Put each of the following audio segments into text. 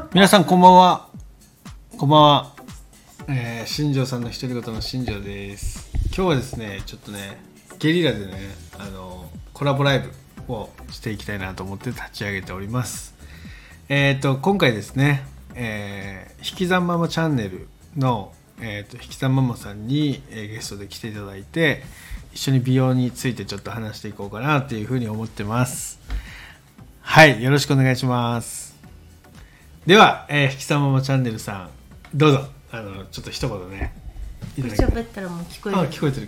皆さんこんばんは。こんばんは。新庄さんの独り言の新庄です。今日はですね、ちょっとね、ゲリラでね、コラボライブをしていきたいなと思って立ち上げております。今回ですね、引き算ママチャンネルの、引き算ママさんに、ゲストで来ていただいて、一緒に美容についてちょっと話していこうかなっていうふうに思ってます。はい、よろしくお願いします。では、引き算ママチャンネルさん、どうぞちょっと一言ね。 喋ったらもう聞こえる。 聞こえてる。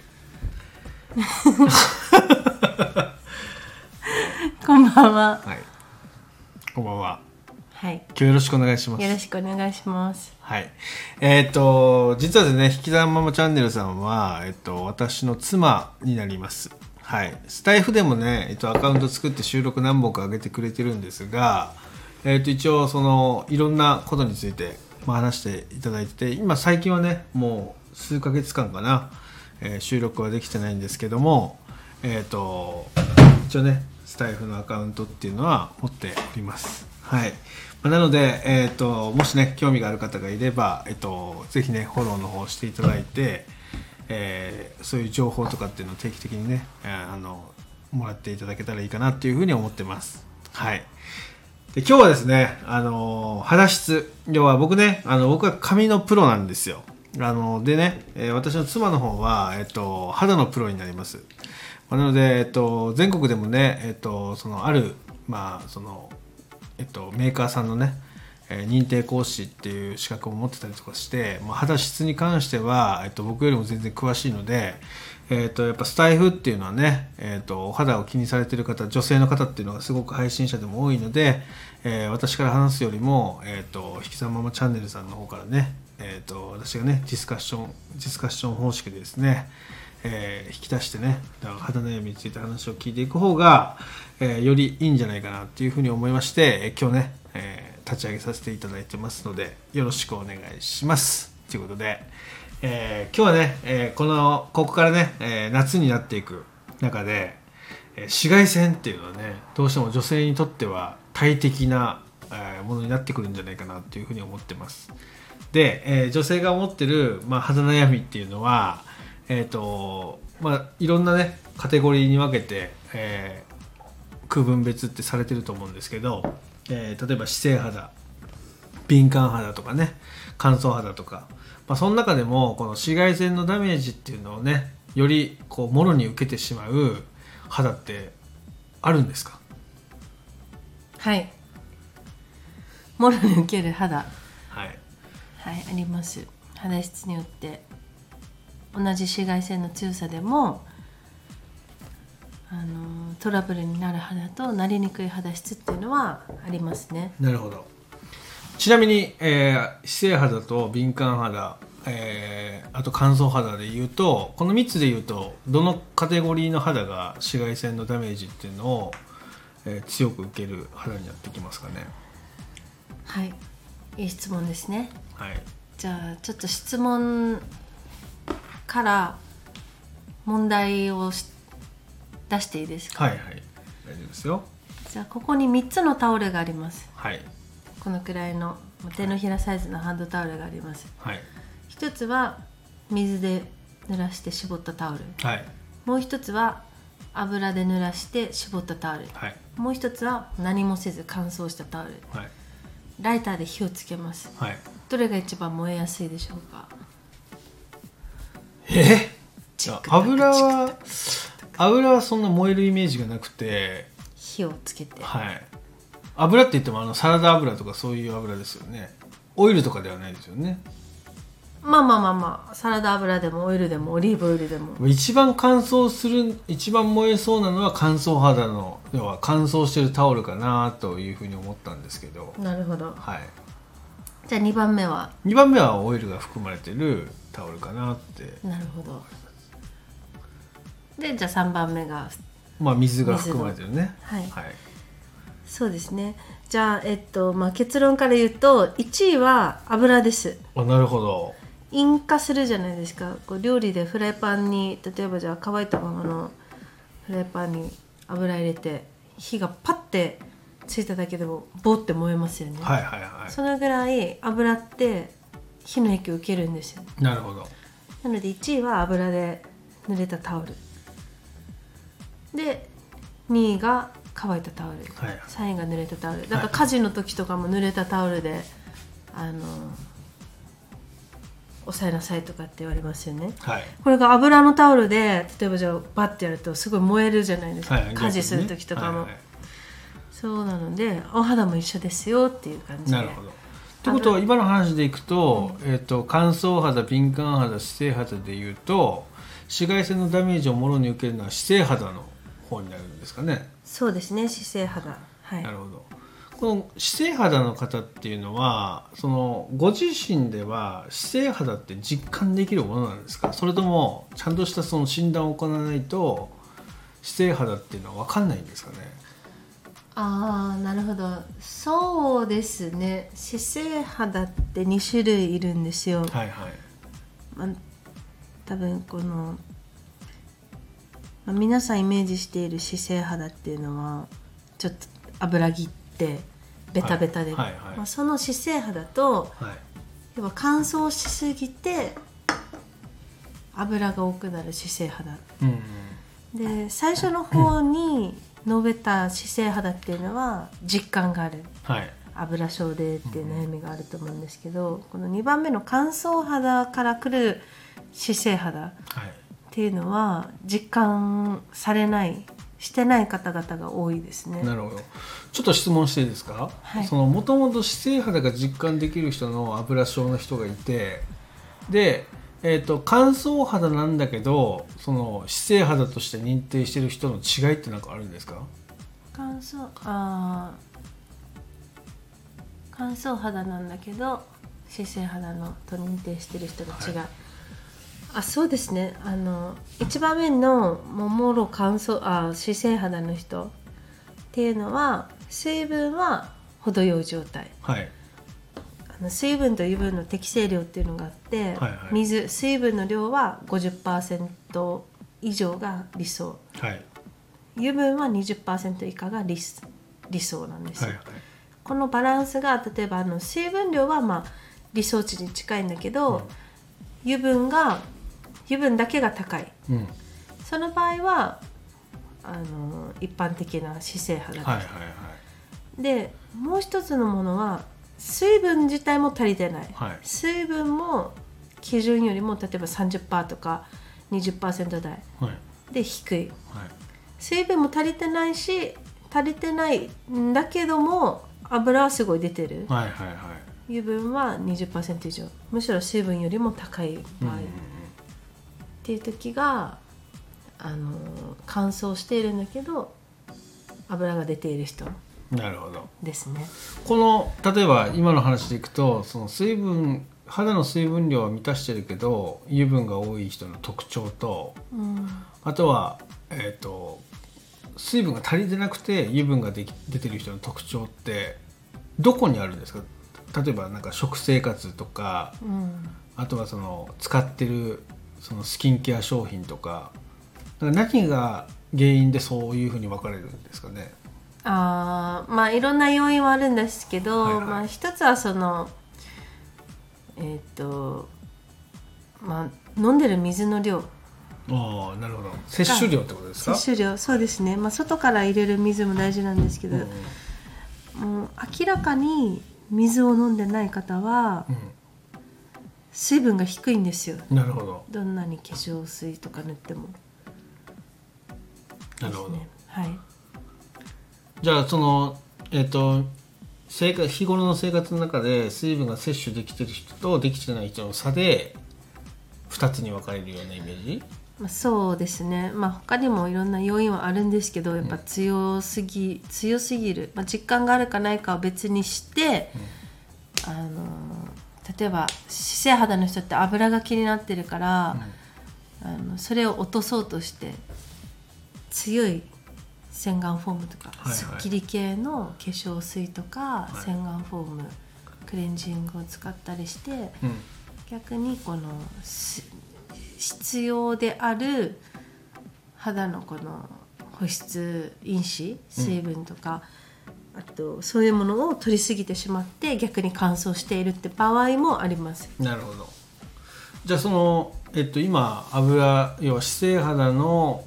こんばんは。 はい。こんばんは。 はい。 今日よろしくお願いします。 よろしくお願いします。 はい。実はですね、引き算ママチャンネルさんは私の妻になります。はい。スタイフでもね、アカウント作って収録何本か上げてくれてるんですが、一応いろんなことについて、話していただいてて、今最近はねもう数ヶ月間かな、収録はできてないんですけども、一応ねスタイフのアカウントっていうのは持っております。はい。なので、もしね興味がある方がいれば、ぜひねフォローの方していただいて、そういう情報とかっていうのを定期的にねもらっていただけたらいいかなっていうふうに思ってます。はい。で今日はですね、肌質、要は僕ね、僕は髪のプロなんですよ。でね、私の妻の方は、肌のプロになります。なので、全国でもね、ある、メーカーさんのね、認定講師っていう資格を持ってたりとかして、肌質に関しては、僕よりも全然詳しいので、やっぱスタイフっていうのはね、お肌を気にされている方、女性の方っていうのがすごく配信者でも多いので、私から話すよりも、引き算ママチャンネルさんの方からね、私がねディスカッション方式でですね、引き出してね肌悩みについて話を聞いていく方が、よりいいんじゃないかなっていうふうに思いまして、今日ね、立ち上げさせていただいてますのでよろしくお願いしますということで、今日はね、ここからね、夏になっていく中で、紫外線っていうのはねどうしても女性にとっては大敵なものになってくるんじゃないかなっていうふうに思ってます。で、女性が思ってる、肌悩みっていうのは、いろんなねカテゴリーに分けて、区分別ってされてると思うんですけど、例えば脂性肌、敏感肌とかね乾燥肌とか、その中でもこの紫外線のダメージっていうのをねよりこうもろに受けてしまう肌ってあるんですか？ はい。もろに受ける肌、 はい、 はい、あります。肌質によって同じ紫外線の強さでもトラブルになる肌となりにくい肌質っていうのはありますね。 なるほど。ちなみに、脂性肌と敏感肌、あと乾燥肌でいうとこの3つでいうとどのカテゴリーの肌が紫外線のダメージっていうのを、強く受ける肌になってきますかね？ はい、いい質問ですね。 はい。 じゃあちょっと質問から問題を出していいですか？ はいはい、大丈夫ですよ。 じゃあここに3つのタオルがあります。 はい。 このくらいの手のひらサイズのハンドタオルがあります。 はい。 一つは水で濡らして絞ったタオル、 はい。 もう一つは油で濡らして絞ったタオル、 はい。 もう一つは何もせず乾燥したタオル。 はい。 ライターで火をつけます。 はい。 どれが一番燃えやすいでしょうか？ 油はそんな燃えるイメージがなくて、 火をつけて、 はい。油って言ってもサラダ油とかそういう油ですよね。オイルとかではないですよね。 サラダ油でもオイルでもオリーブオイルでも一番燃えそうなのは乾燥肌の、要は乾燥してるタオルかなというふうに思ったんですけど。 なるほど。 はい。 じゃあ2番目はオイルが含まれてるタオルかなって。 なるほど。でじゃあ3番目が水が含まれてるね。 はい、 はい。 そうですね。じゃあ、結論から言うと1位は油です。 なるほど。 引火するじゃないですか。こう料理でフライパンに例えばじゃあ乾いたままのフライパンに油入れて火がパッてついただけでもボって燃えますよね、 はいはいはい。 そのぐらい油って火の影響を受けるんですよ。 なるほど。 なので1位は油で濡れたタオルで、2位が乾いたタオル、 はい、 3位が濡れたタオルだから家事の時とかも濡れたタオルで押さえなさいとかって言われますよね、 はい、 これが油のタオルで例えばじゃあバッてやるとすごい燃えるじゃないですか、 はい、 家事する時とかも、 はいはい、 そうなのでお肌も一緒ですよっていう感じで。 なるほど。ってことは今の話でいくと、乾燥肌、敏感肌、脂性肌でいうと紫外線のダメージをもろに受けるのは脂性肌の方になるんですかね。 そうですね、脂性肌、はい、 なるほど。この脂性肌の方っていうのはそのご自身では脂性肌って実感できるものなんですか、それともちゃんとしたその診断を行わないと脂性肌っていうのは分かんないんですかね。 ああ、なるほど。そうですね、脂性肌って2種類いるんですよ。 はいはい。 まあ、多分この、皆さんイメージしている脂性肌っていうのはちょっと油ぎってベタベタで、 はいはいはい、 その脂性肌と、 はい、 要は乾燥しすぎて油が多くなる脂性肌、 うんうん、で最初の方に述べた脂性肌っていうのは実感がある、 はい、 油症でっていう悩みがあると思うんですけど、この2番目の乾燥肌から来る脂性肌っていうのは実感されないしてない方々が多いですね。 なるほど。ちょっと質問していいですか。 はい、 そのもともと脂性肌が実感できる人の油症の人がいて、で、乾燥肌なんだけどその脂性肌として認定している人の違いって何かあるんですか。 乾燥肌なんだけど脂性肌のと認定してる人が違う、はい、そうですね、一番目のもろ乾燥脂性肌の人っていうのは水分は程よい状態、 はい、 水分と油分の適正量っていうのがあって、 はいはい、 水分の量は 50% 以上が理想、 はい、 油分は 20% 以下が理想なんですよ、 はいはい、 このバランスが例えば水分量は理想値に近いんだけど、油分だけが高い、 うん、 その場合は一般的な脂性肌です、 はいはいはい、 でもう一つのものは水分自体も足りてない、 はい、 水分も基準よりも例えば 30% とか 20% 台で低い、はい、水分も足りてないし足りてないんだけども油はすごい出てる、 はいはいはい、 油分は 20% 以上、むしろ水分よりも高い場合、っていう時が乾燥しているんだけど油が出ている人ですね。 この例えば今の話でいくとその肌の水分量は満たしてるけど油分が多い人の特徴と、あとは、水分が足りてなくて油分が出てる人の特徴ってどこにあるんですか。例えばなんか食生活とか、あとはその使ってるそのスキンケア商品とか、何が原因でそういうふうに分かれるんですかね。 いろんな要因はあるんですけど、はいはい、一つはその飲んでる水の量。 なるほど。摂取量ってことですか。 摂取量、そうですね、外から入れる水も大事なんですけど、もう明らかに水を飲んでない方は、水分が低いんですよ。 なるほど。 どんなに化粧水とか塗っても。 なるほど、 はい、 じゃあその日頃の生活の中で水分が摂取できてる人とできてない人の差で2つに分かれるようなイメージ。 そうですね、他にもいろんな要因はあるんですけど、やっぱ強すぎる、実感があるかないかは別にして、例えば脂性肌の人って油が気になってるから、それを落とそうとして強い洗顔フォームとか、すっきり系の化粧水とか、洗顔フォームクレンジングを使ったりして、逆にこの必要である肌のこの保湿因子、水分とか、 あとそういうものを取りすぎてしまって逆に乾燥しているって場合もあります。 なるほど。じゃあその、今油、要は脂性肌の、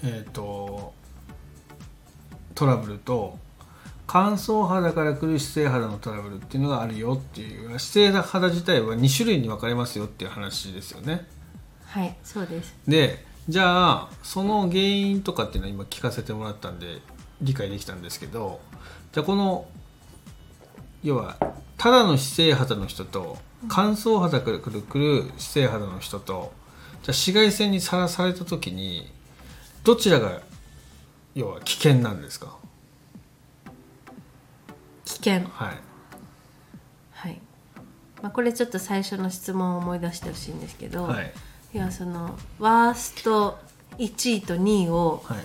トラブルと乾燥肌から来る脂性肌のトラブルっていうのがあるよっていう、脂性肌自体は2種類に分かれますよっていう話ですよね。 はい、そうです。 でじゃあその原因とかっていうのは今聞かせてもらったんで理解できたんですけど、じゃあこの要はただの脂性肌の人と乾燥肌から来る脂性肌の人と、じゃあ紫外線にさらされた時にどちらが要は危険なんですか？ 危険。 はい、 はい。これちょっと最初の質問を思い出してほしいんですけど、 はい、 いやそのワースト1位と2位を、 はい、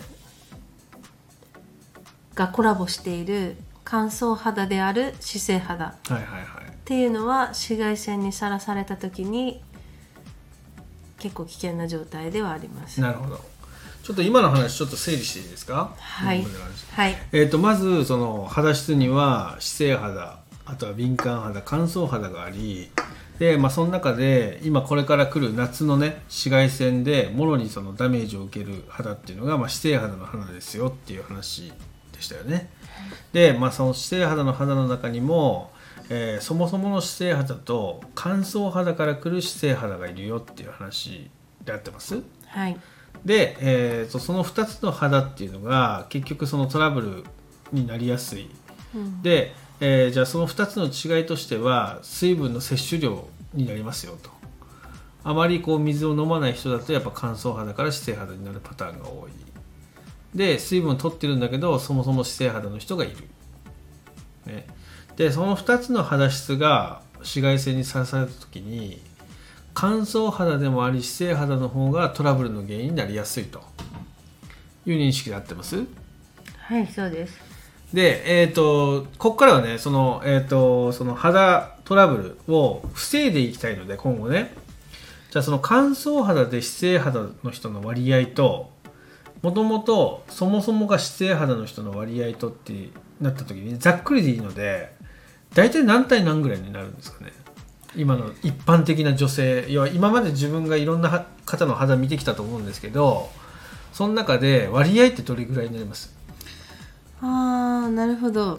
がコラボしている乾燥肌である脂性肌はいはいはいっていうのは紫外線にさらされた時に結構危険な状態ではあります。 なるほど。ちょっと今の話ちょっと整理していいですか？ はい、はい。 まずその肌質には脂性肌、あとは敏感肌、乾燥肌があり、で、その中で今これから来る夏のね紫外線でもろにそのダメージを受ける肌っていうのが、脂性肌の肌ですよっていう話でしたよね。で、その脂性肌の肌の中にも、そもそもの脂性肌と乾燥肌から来る脂性肌がいるよっていう話で合ってます？ はい。 で、その2つの肌っていうのが結局そのトラブルになりやすい、で、じゃあその2つの違いとしては水分の摂取量になりますよと。あまりこう水を飲まない人だとやっぱ乾燥肌から脂性肌になるパターンが多い。で水分を取ってるんだけどそもそも脂性肌の人がいる、ね、でその2つの肌質が紫外線にさらされた時に乾燥肌でもあり脂性肌の方がトラブルの原因になりやすいという認識で合ってます？ はい、そうです。 で、ここからはねその肌トラブルを防いでいきたいので今後ね、じゃあその乾燥肌で脂性肌の人の割合ともともとそもそもが脂性肌の人の割合とってなった時にざっくりでいいので大体何対何ぐらいになるんですかね？今の一般的な女性、要は今まで自分がいろんな方の肌見てきたと思うんですけど、その中で割合ってどれぐらいになります？ なるほど、 はい、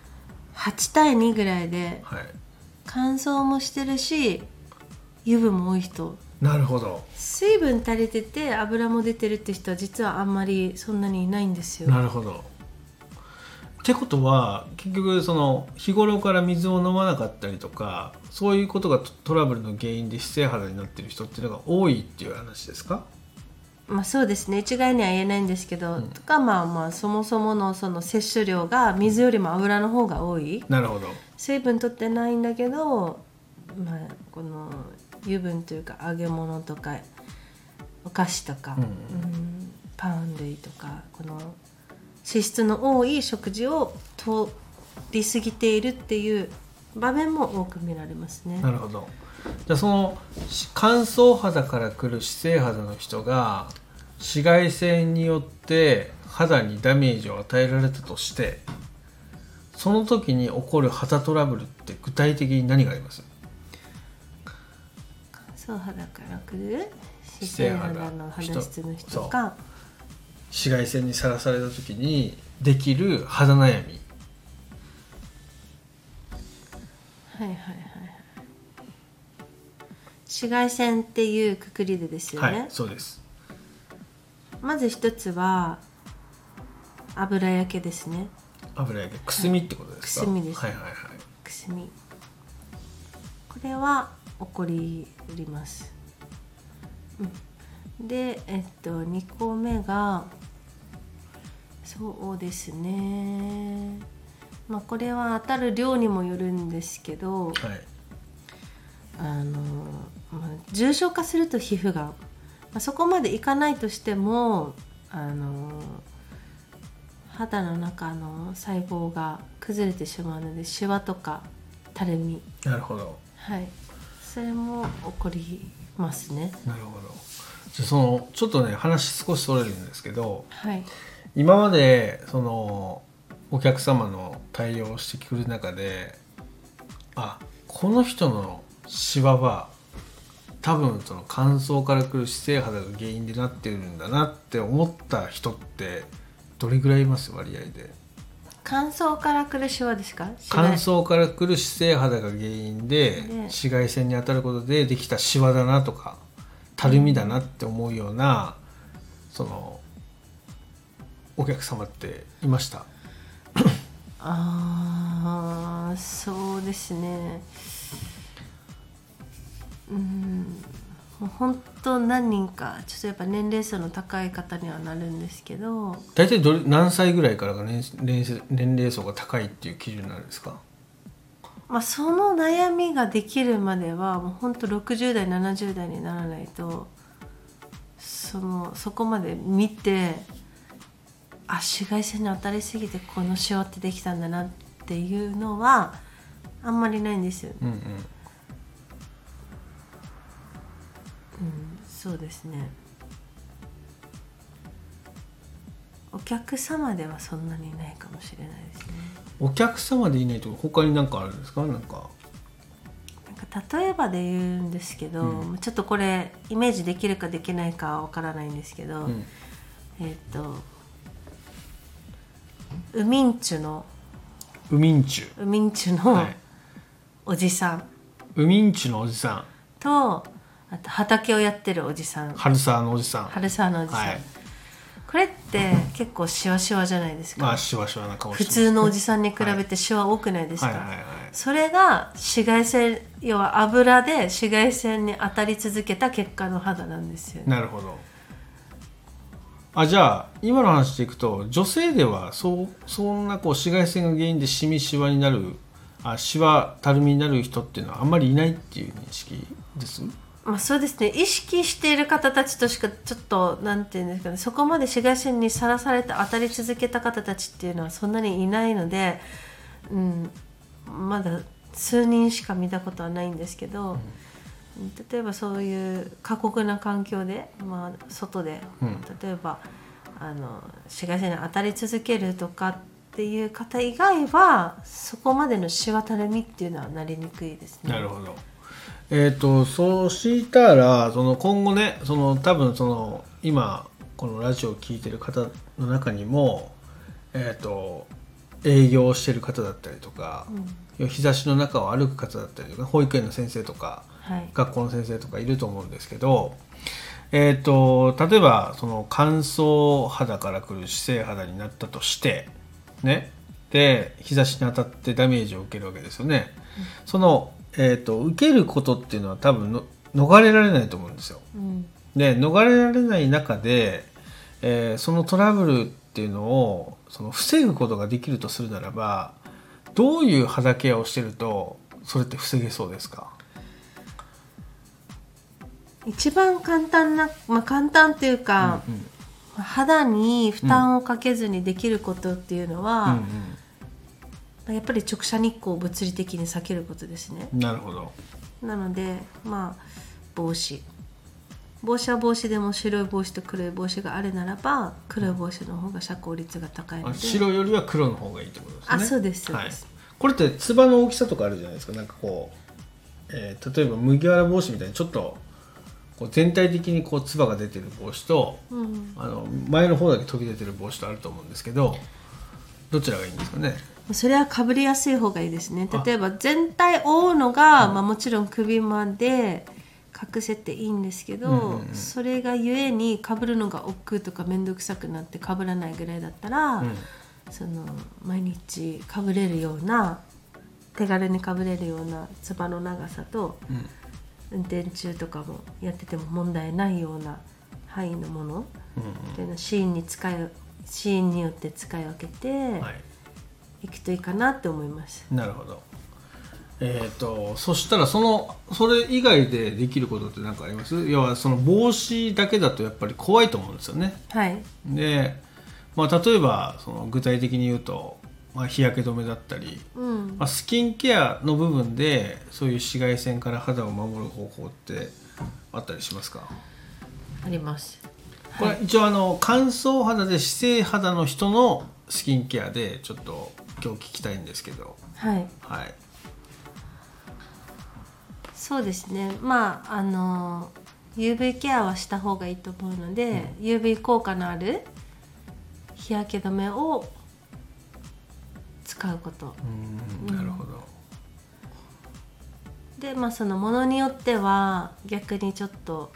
8対2ぐらいで、 はい、 乾燥もしてるし油分も多い人、 なるほど、 水分足りてて油も出てるって人は実はあんまりそんなにいないんですよ。 なるほど。ってことは結局その日頃から水を飲まなかったりとかそういうことがトラブルの原因で脂性肌になっている人っていうのが多いっていう話ですか？ そうですね、一概には言えないんですけど、とかそもそものその摂取量が水よりも油の方が多い。 なるほど。 水分取ってないんだけど、この油分というか揚げ物とかお菓子とか、パン類とかこの脂質の多い食事を取りすぎているっていう場面も多く見られますね。 なるほど。じゃあその乾燥肌から来る脂性肌の人が紫外線によって肌にダメージを与えられたとしてその時に起こる肌トラブルって具体的に何があります？ 乾燥肌から来る脂性肌の肌質の人が紫外線にさらされた時にできる肌悩み。 はいはいはい。紫外線っていうくくりでですよね。 はい、そうです。 まず一つは油焼けですね。 油焼け、くすみってことですか？ くすみです。 はいはいはい。 くすみ。これは起こりうります。で、2個目がそうですね。これは当たる量にもよるんですけど、 はい、 重症化すると皮膚が、そこまでいかないとしても肌の中の細胞が崩れてしまうのでシワとかたるみ、 なるほど、 はい、それも起こりますね。 なるほど。じゃあそのちょっとね話少しそれるんですけど、 はい、 今までそのお客様の対応をしてくる中で、この人のシワは多分その乾燥から来る姿勢肌が原因でなってるんだなって思った人ってどれぐらいいます？割合で。 乾燥から来るシワですか？ 乾燥から来る姿勢肌が原因で紫外線に当たることでできたシワだなとかたるみだなって思うような、そのお客様っていました？ そうですね。もう本当何人かちょっとやっぱ年齢層の高い方にはなるんですけど、 大体何歳ぐらいからが年齢層が高いっていう基準なんですか？ その悩みができるまではもう本当60代70代にならないとそこまで見て紫外線に当たりすぎてこのシワってできたんだなっていうのはあんまりないんですよ。そうですね。お客様ではそんなにないかもしれないですね。 お客様でいないと他に何かあるんですか？なんか例えばで言うんですけど、ちょっとこれイメージできるかできないかはわからないんですけど、ウミンチュのおじさん、 ウミンチュのおじさんとあと畑をやってるおじさん、 春沢のおじさん、 これって結構シワシワじゃないですか。 シワシワな顔してます。普通のおじさんに比べてシワ多くないですか？それが紫外線、要は油で紫外線に当たり続けた結果の肌なんですよね。 なるほど。じゃあ今の話でいくと女性ではそんな紫外線が原因でシミシワになるシワたるみになる人っていうのはあんまりいないっていう認識です？ そうですね。意識している方たちとしかちょっとなんていうんですかね、そこまで紫外線にさらされて当たり続けた方たちっていうのはそんなにいないので、まだ数人しか見たことはないんですけど、例えばそういう過酷な環境で、外で、例えば紫外線に当たり続けるとかっていう方以外はそこまでのシワたるみっていうのはなりにくいですね。 なるほど。そうしたら今後ね多分今このラジオを聞いてる方の中にも営業をしてる方だったりとか、日差しの中を歩く方だったりとか保育園の先生とか、学校の先生とかいると思うんですけど、例えば乾燥肌からくる脂性肌になったとしてね、で日差しに当たってダメージを受けるわけですよね。受けることっていうのは多分逃れられないと思うんですよ。で逃れられない中で、そのトラブルっていうのを防ぐことができるとするならばどういう肌ケアをしてるとそれって防げそうですか？ 一番簡単な、簡単っていうか、肌に負担をかけずにできることっていうのは、やっぱり直射日光を物理的に避けることですね。 なるほど。 なので帽子は帽子でも白い帽子と黒い帽子があるならば黒い帽子の方が遮光率が高いので、 白よりは黒の方がいいってことですね。 そうですそうです、 これってつばの大きさとかあるじゃないですか。なんか例えば麦わら帽子みたいにちょっと全体的につばが出てる帽子と、前の方だけ飛び出てる帽子とあると思うんですけど、どちらがいいんですかね？ それはかぶりやすい方がいいですね。例えば全体覆うのが、もちろん首まで隠せていいんですけど、それがゆえにかぶるのが億劫とか面倒くさくなってかぶらないぐらいだったら、毎日かぶれるような手軽にかぶれるようなつばの長さと、運転中とかもやってても問題ないような範囲のものっていうのをシーンによって使い分けていくといいかなって思います。 なるほど。そしたらそれ以外でできることって何かあります？要は帽子だけだとやっぱり怖いと思うんですよね。で、例えば具体的に言うと、日焼け止めだったり、スキンケアの部分でそういう紫外線から肌を守る方法ってあったりしますか？ あります。 これ一応乾燥肌で脂性肌の人のスキンケアでちょっと今日聞きたいんですけど。 はい、 はい、 そうですね。まあUV ケアはした方がいいと思うので、UV 効果のある日焼け止めを使うこと。 なるほど。 で、まあそのものによっては逆にちょっと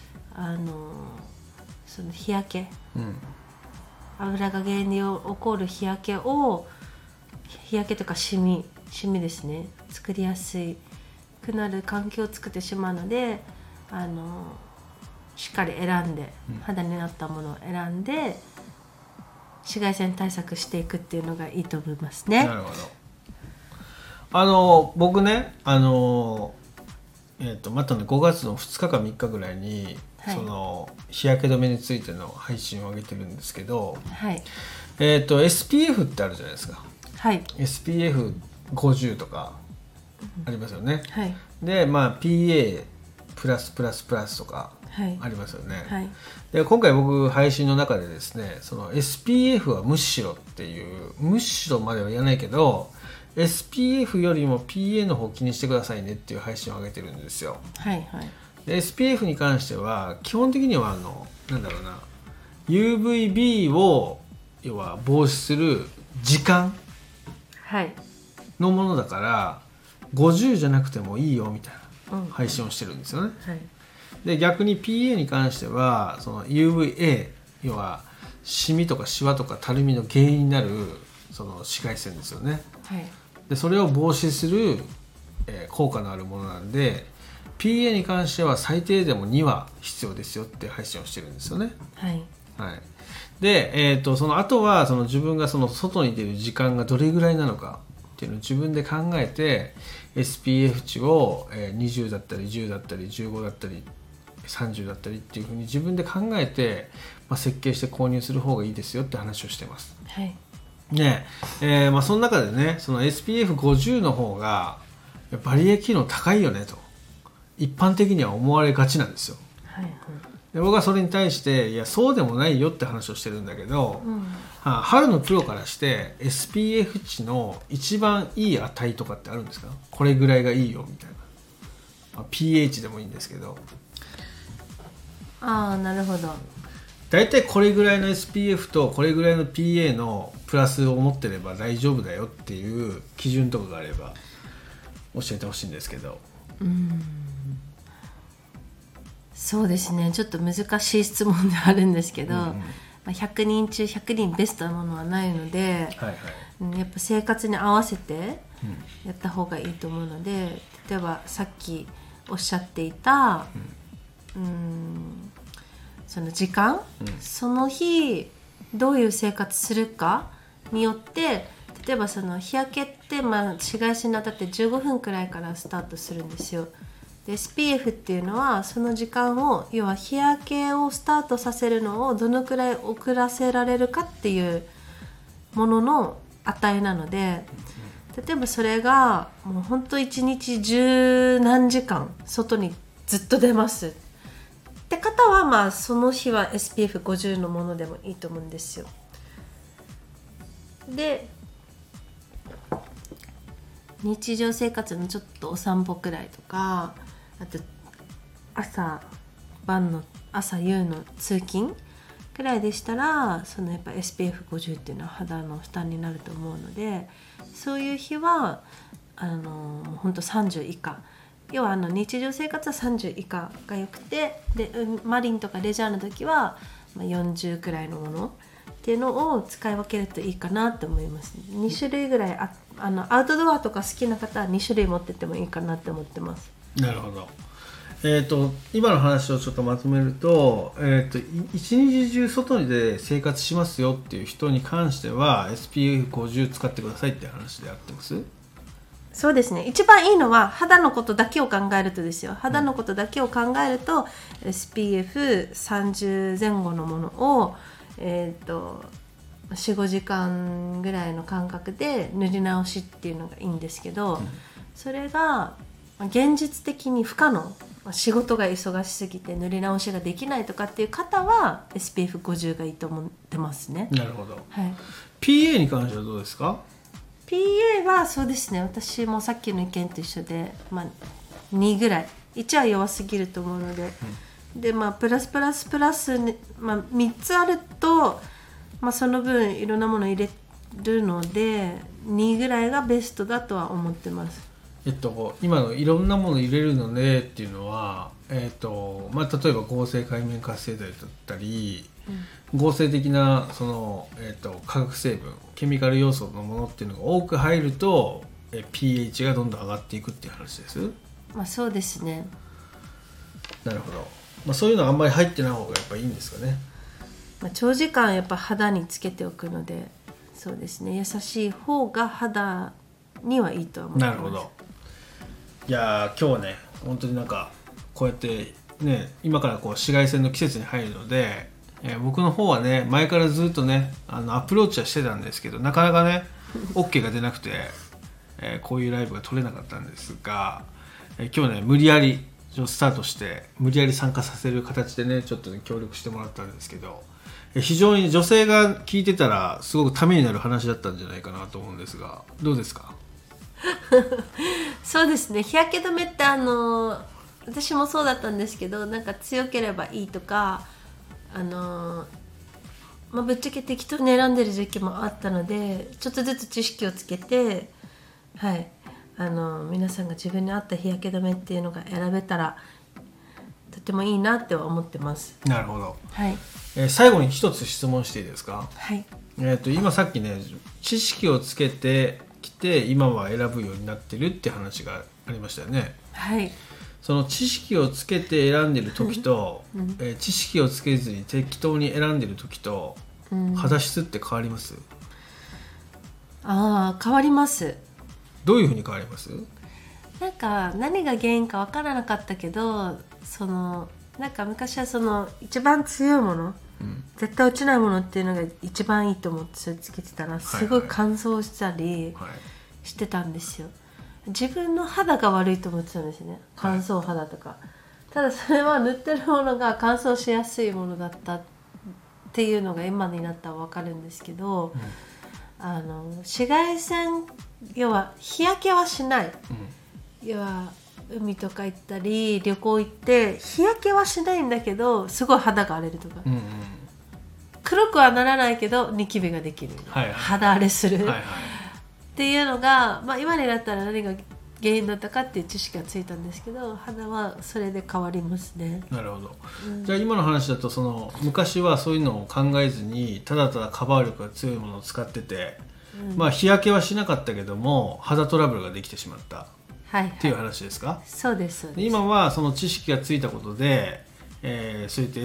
その日焼け、油が原因で起こる日焼けとかシミですね、作りやすくなる環境を作ってしまうので、しっかり選んで、肌になったものを選んで紫外線対策していくっていうのがいいと思いますね。 なるほど。僕ね、またね5月の2日か3日ぐらいに、はい、その日焼け止めについての配信を上げてるんですけど、 はい、 SPF ってあるじゃないですか。 はい、 SPF50 とかありますよね。 はい、 で、PA++++ とかありますよね。 はい、 で今回僕配信の中でですね、その SPF はむしろっていう、むしろまでは言わないけどSPF よりも PA の方気にしてくださいねっていう配信を上げてるんですよ。 はいはい、 で SPF に関しては基本的にはなんだろうな、 UVB を要は防止する時間のものだから、50じゃなくてもいいよみたいな配信をしてるんですよね。 はい、 で逆に PA に関してはその UVA、 要はシミとかシワとかたるみの原因になるその紫外線ですよね。 はい、 でそれを防止する、効果のあるものなんで PA に関しては最低でも2は必要ですよって配信をしてるんですよね。 はい、 はい、で、その後はその自分がその外に出る時間がどれぐらいなのかっていうのを自分で考えて SPF 値を20だったり10だったり15だったり30だったりっていうふうに自分で考えて、設計して購入する方がいいですよって話をしてます。 はい、 ねその中でね、その SPF50 の方がバリエ機能高いよねと一般的には思われがちなんですよ。 はいはい、 で僕はそれに対していやそうでもないよって話をしてるんだけど、春のプロからして SPF 値の一番いい値とかってあるんですか？これぐらいがいいよみたいな、pH でもいいんですけど。 なるほど。 だいたいこれぐらいの SPF とこれぐらいの PA のプラスを持ってれば大丈夫だよっていう基準とかがあれば教えてほしいんですけど。 そうですね、ちょっと難しい質問ではあるんですけど、100人中100人ベストなものはないので、やっぱ生活に合わせてやった方がいいと思うので、例えばさっきおっしゃっていた、その時間、その日どういう生活するかによって、例えばその日焼けって、紫外線に当たって15分くらいからスタートするんですよ。で SPF っていうのはその時間を、要は日焼けをスタートさせるのをどのくらい遅らせられるかっていうものの値なので、例えばそれがもう本当1日十何時間外にずっと出ますって方は、その日は SPF50 のものでもいいと思うんですよ。で日常生活のちょっとお散歩くらいとか、あと朝夕の通勤くらいでしたら、そのやっぱ SPF50 っていうのは肌の負担になると思うので、そういう日はほんと30以下、要は日常生活は30以下がよくて、でマリンとかレジャーの時は40くらいのものっていうのを使い分けるといいかなと思います。2種類ぐらいアウトドアとか好きな方は2種類持ってってもいいかなって思ってます。 なるほど。今の話をちょっとまとめると、一日中外で生活しますよっていう人に関しては SPF50 使ってくださいって話で合ってます？ そうですね。一番いいのは肌のことだけを考えるとですよ。肌のことだけを考えると、SPF30 前後のものを4,5 時間ぐらいの間隔で塗り直しっていうのがいいんですけど、それが現実的に不可能仕事が忙しすぎて塗り直しができないとかっていう方は SPF50 がいいと思ってますね。 なるほど、 はい、 PA に関してはどうですか？ PA はそうですね、私もさっきの意見と一緒で、2ぐらい、1は弱すぎると思うので、でプラスプラスプラス、3つあると、その分いろんなもの入れるので2ぐらいがベストだとは思ってます。 今のいろんなもの入れるのでっていうのは、例えば合成界面活性剤だったり、合成的なその、化学成分ケミカル要素のものっていうのが多く入ると、pH がどんどん上がっていくっていう話です。 そうですね。 なるほど、そういうのはあんまり入ってない方がやっぱいいんですかね。 長時間やっぱ肌につけておくので、そうですね、優しい方が肌にはいいとは思います。 なるほど。いや今日はね本当になんかこうやってね今からこう紫外線の季節に入るので、僕の方はね前からずっとねアプローチはしてたんですけど、なかなかね OK が出なくて、こういうライブが撮れなかったんですが、今日ね無理やりスタートして無理やり参加させる形でねちょっとね協力してもらったんですけど、非常に女性が聞いてたらすごくためになる話だったんじゃないかなと思うんですが、どうですか？ そうですね、日焼け止めって私もそうだったんですけど、なんか強ければいいとかぶっちゃけ適当に選んでる時期もあったので、ちょっとずつ知識をつけて、はい、皆さんが自分に合った日焼け止めっていうのが選べたらとてもいいなって思ってます。 なるほど、 はい。 最後に一つ質問していいですか？ はい。 今さっきね知識をつけてきて今は選ぶようになってるって話がありましたよね。 はい。 その知識をつけて選んでる時と、知識をつけずに適当に選んでる時と、肌質って変わります？ 変わります。 どういうふうに変わります？ なんか何が原因か分からなかったけど、なんか昔は一番強いもの、絶対落ちないものっていうのが一番いいと思ってそれつけてたらすごい乾燥したりしてたんですよ。自分の肌が悪いと思ってたんですね、乾燥肌とか。ただそれは塗ってるものが乾燥しやすいものだったっていうのが今になったら分かるんですけど、紫外線、要は日焼けはしない、要は海とか行ったり旅行行って日焼けはしないんだけどすごい肌が荒れるとか、黒くはならないけどニキビができる、肌荒れする、っていうのが、今になったら何が原因だったかっていう知識がついたんですけど、肌はそれで変わりますね。 なるほど、じゃあ今の話だと昔はそういうのを考えずにただただカバー力が強いものを使ってて、日焼けはしなかったけども肌トラブルができてしまったっていう話ですか？ そうです。 今はその知識がついたことで、そういった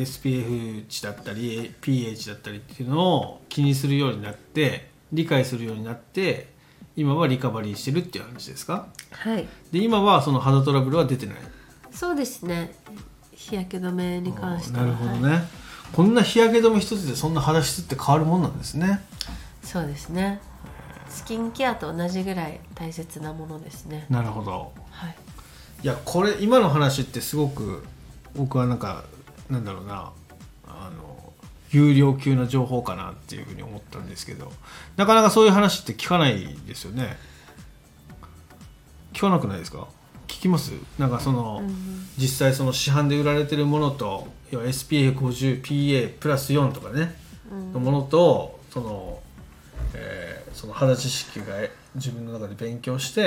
SPF 値だったり pH だったりっていうのを気にするようになって理解するようになって今はリカバリーしてるっていう話ですか？ はい。 で今はその肌トラブルは出てない？ そうですね、日焼け止めに関しては。 なるほどね、こんな日焼け止め一つでそんな肌質って変わるもんなんですね。 そうですね、スキンケアと同じぐらい大切なものですね。 なるほど、 はい、 いやこれ今の話ってすごく僕はなんだろうな有料級な情報かなっていうふうに思ったんですけど、なかなかそういう話って聞かないですよね。聞かなくないですか？聞きます？なんか実際市販で売られてるものと要は SPF50 PA プラス4とかね、のものとその肌知識が自分の中で勉強して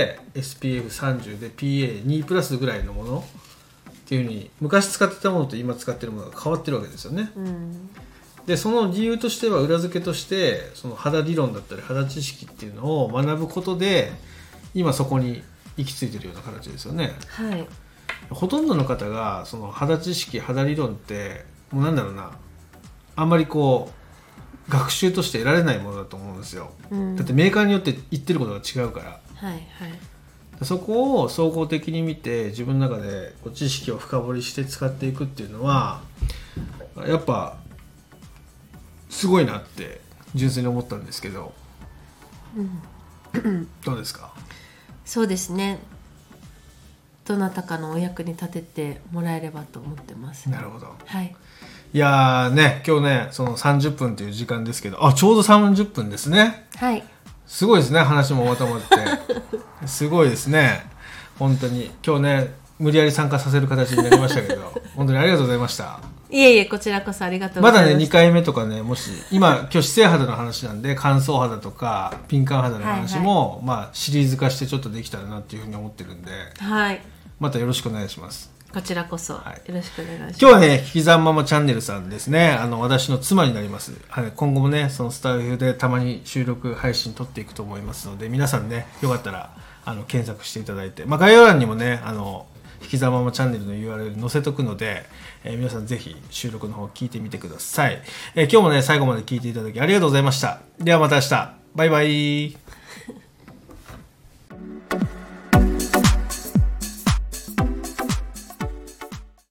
SPF30 で PA2 プラスぐらいのものっていう風に昔使ってたものと今使ってるものが変わってるわけですよね。でその理由としては裏付けとして肌理論だったり肌知識っていうのを学ぶことで今そこに行き着いてるような形ですよね。 はい、 ほとんどの方が肌知識肌理論ってもうなんだろうな、あんまり学習として得られないものだと思うんですよ、だってメーカーによって言ってることが違うから、そこを総合的に見て自分の中で知識を深掘りして使っていくっていうのはやっぱすごいなって純粋に思ったんですけど、どうですか？ そうですね、 どなたかのお役に立ててもらえればと思ってます。 なるほど。 はい。 いやーね、今日ねその30分という時間ですけど、ちょうど30分ですね。 はい。 すごいですね、話もまとまってすごいですね、本当に今日ね無理やり参加させる形になりましたけど本当にありがとうございました。 いえいえ、こちらこそありがとうございました。 まだね2回目とかね、もし今日姿勢肌の話なんで乾燥肌とか敏感肌の話も、まあシリーズ化してちょっとできたらなっていうふうに思ってるんで、 はい、 またよろしくお願いします。 こちらこそよろしくお願いします。 今日はね、引き算ママチャンネルさんですね、私の妻になります。今後もね、そのスタイフでたまに収録配信撮っていくと思いますので、皆さんね、よかったら検索していただいて、概要欄にもね、引き算ママチャンネルの URL 載せとくので、皆さんぜひ収録の方聞いてみてください。今日もね、最後まで聞いていただきありがとうございました。ではまた明日。バイバイ。